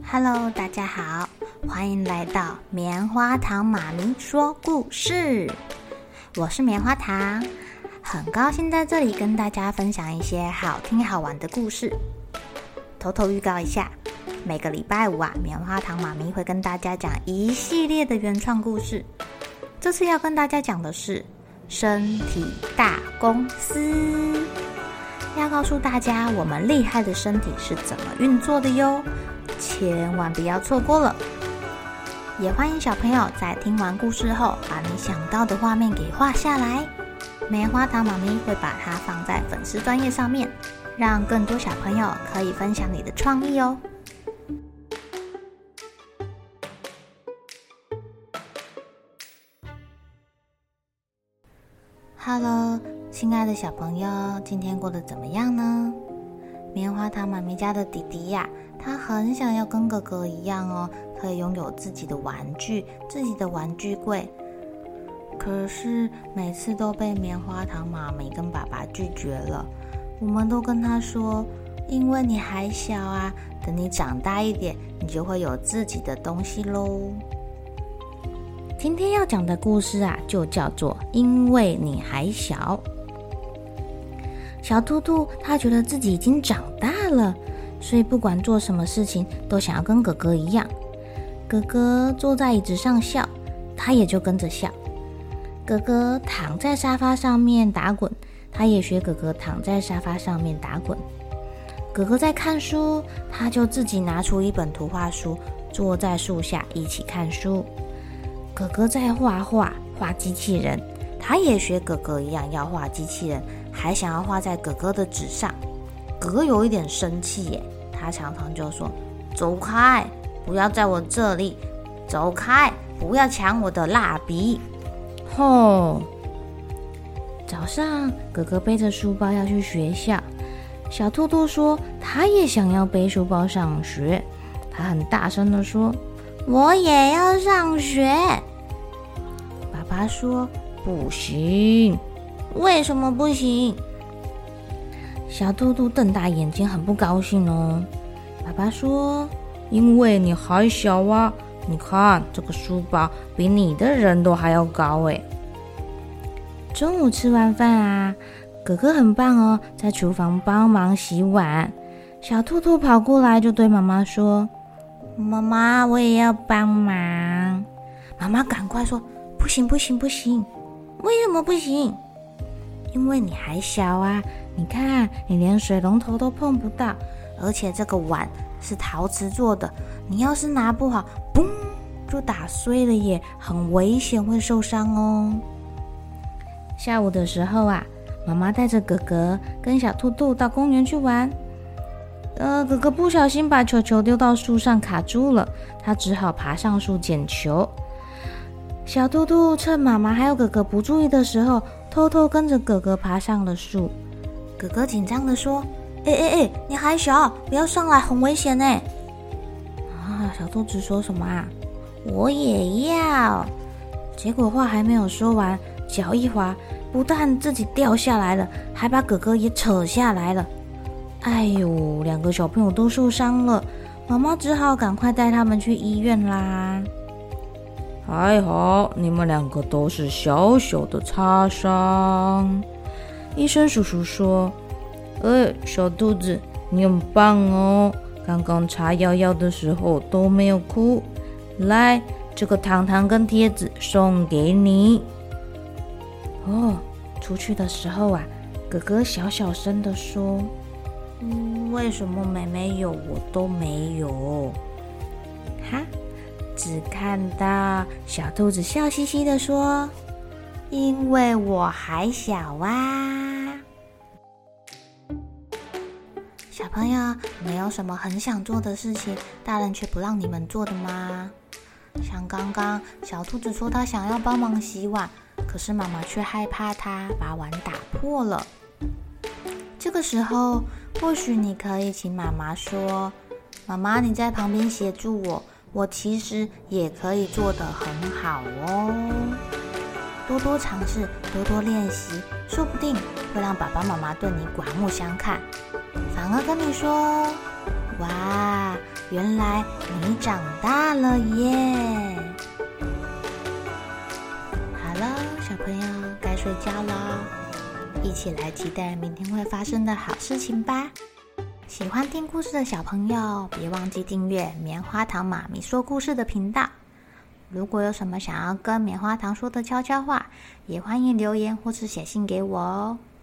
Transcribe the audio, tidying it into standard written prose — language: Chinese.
Hello， 大家好，欢迎来到棉花糖妈咪说故事。我是棉花糖，很高兴在这里跟大家分享一些好听好玩的故事。偷偷预告一下，每个礼拜五棉花糖妈咪会跟大家讲一系列的原创故事。这次要跟大家讲的是身体大公司，要告诉大家我们厉害的身体是怎么运作的哟，千万不要错过了。也欢迎小朋友在听完故事后，把你想到的画面给画下来，棉花糖妈咪会把它放在粉丝专页上面，让更多小朋友可以分享你的创意哦。Hello， 亲爱的小朋友，今天过得怎么样呢？棉花糖妈咪家的弟弟呀，他很想要跟哥哥一样哦，可以拥有自己的玩具，自己的玩具柜。可是每次都被棉花糖妈咪跟爸爸拒绝了。我们都跟他说，因为你还小啊，等你长大一点，你就会有自己的东西咯。今天要讲的故事啊，就叫做因为你还小。小兔兔他觉得自己已经长大了，所以不管做什么事情都想要跟哥哥一样。哥哥坐在椅子上笑，他也就跟着笑。哥哥躺在沙发上面打滚，他也学哥哥躺在沙发上面打滚。哥哥在看书，他就自己拿出一本图画书，坐在树下一起看书。哥哥在画机器人，他也学哥哥一样要画机器人，还想要画在哥哥的纸上。哥哥有一点生气耶，他常常就说：走开，不要在我这里，走开，不要抢我的蜡笔。吼！早上哥哥背着书包要去学校，小兔兔说他也想要背书包上学，他很大声地说：我也要上学。爸爸说不行。为什么不行？小兔兔瞪大眼睛，很不高兴哦。爸爸说因为你还小啊，你看这个书包比你的人都还要高诶。中午吃完饭啊，哥哥很棒哦，在厨房帮忙洗碗。小兔兔跑过来就对妈妈说：妈妈，我也要帮忙。妈妈赶快说：不行不行不行。为什么不行？因为你还小啊，你看你连水龙头都碰不到，而且这个碗是陶瓷做的，你要是拿不好，嘣就打碎了耶，很危险，会受伤哦。下午的时候啊，妈妈带着哥哥跟小兔兔到公园去玩。哥哥不小心把球球丢到树上卡住了，他只好爬上树捡球。小兔兔趁妈妈还有哥哥不注意的时候，偷偷跟着哥哥爬上了树。哥哥紧张地说：你还小，不要上来，很危险耶。小兔子说什么啊？我也要。结果话还没有说完，脚一滑，不但自己掉下来了，还把哥哥也扯下来了。哎呦，两个小朋友都受伤了，妈妈只好赶快带他们去医院啦。还好你们两个都是小小的擦伤。医生叔叔说：小兔子，你很棒哦，刚刚擦药药的时候都没有哭。来，这个糖糖跟贴纸送给你。出去的时候啊，哥哥小小声的说：为什么妹妹有我都没有？只看到小兔子笑嘻嘻的说：因为我还小啊。小朋友，没有什么很想做的事情，大人却不让你们做的吗？像刚刚小兔子说他想要帮忙洗碗，可是妈妈却害怕他把碗打破了。这个时候，或许你可以请妈妈说：妈妈，你在旁边协助我，我其实也可以做得很好哦。多多尝试，多多练习，说不定会让爸爸妈妈对你刮目相看，反而跟你说：哇， 原来你长大了耶！好了，小朋友该睡觉了，一起来期待明天会发生的好事情吧。喜欢听故事的小朋友，别忘记订阅棉花糖妈咪说故事的频道。如果有什么想要跟棉花糖说的悄悄话，也欢迎留言或是写信给我哦。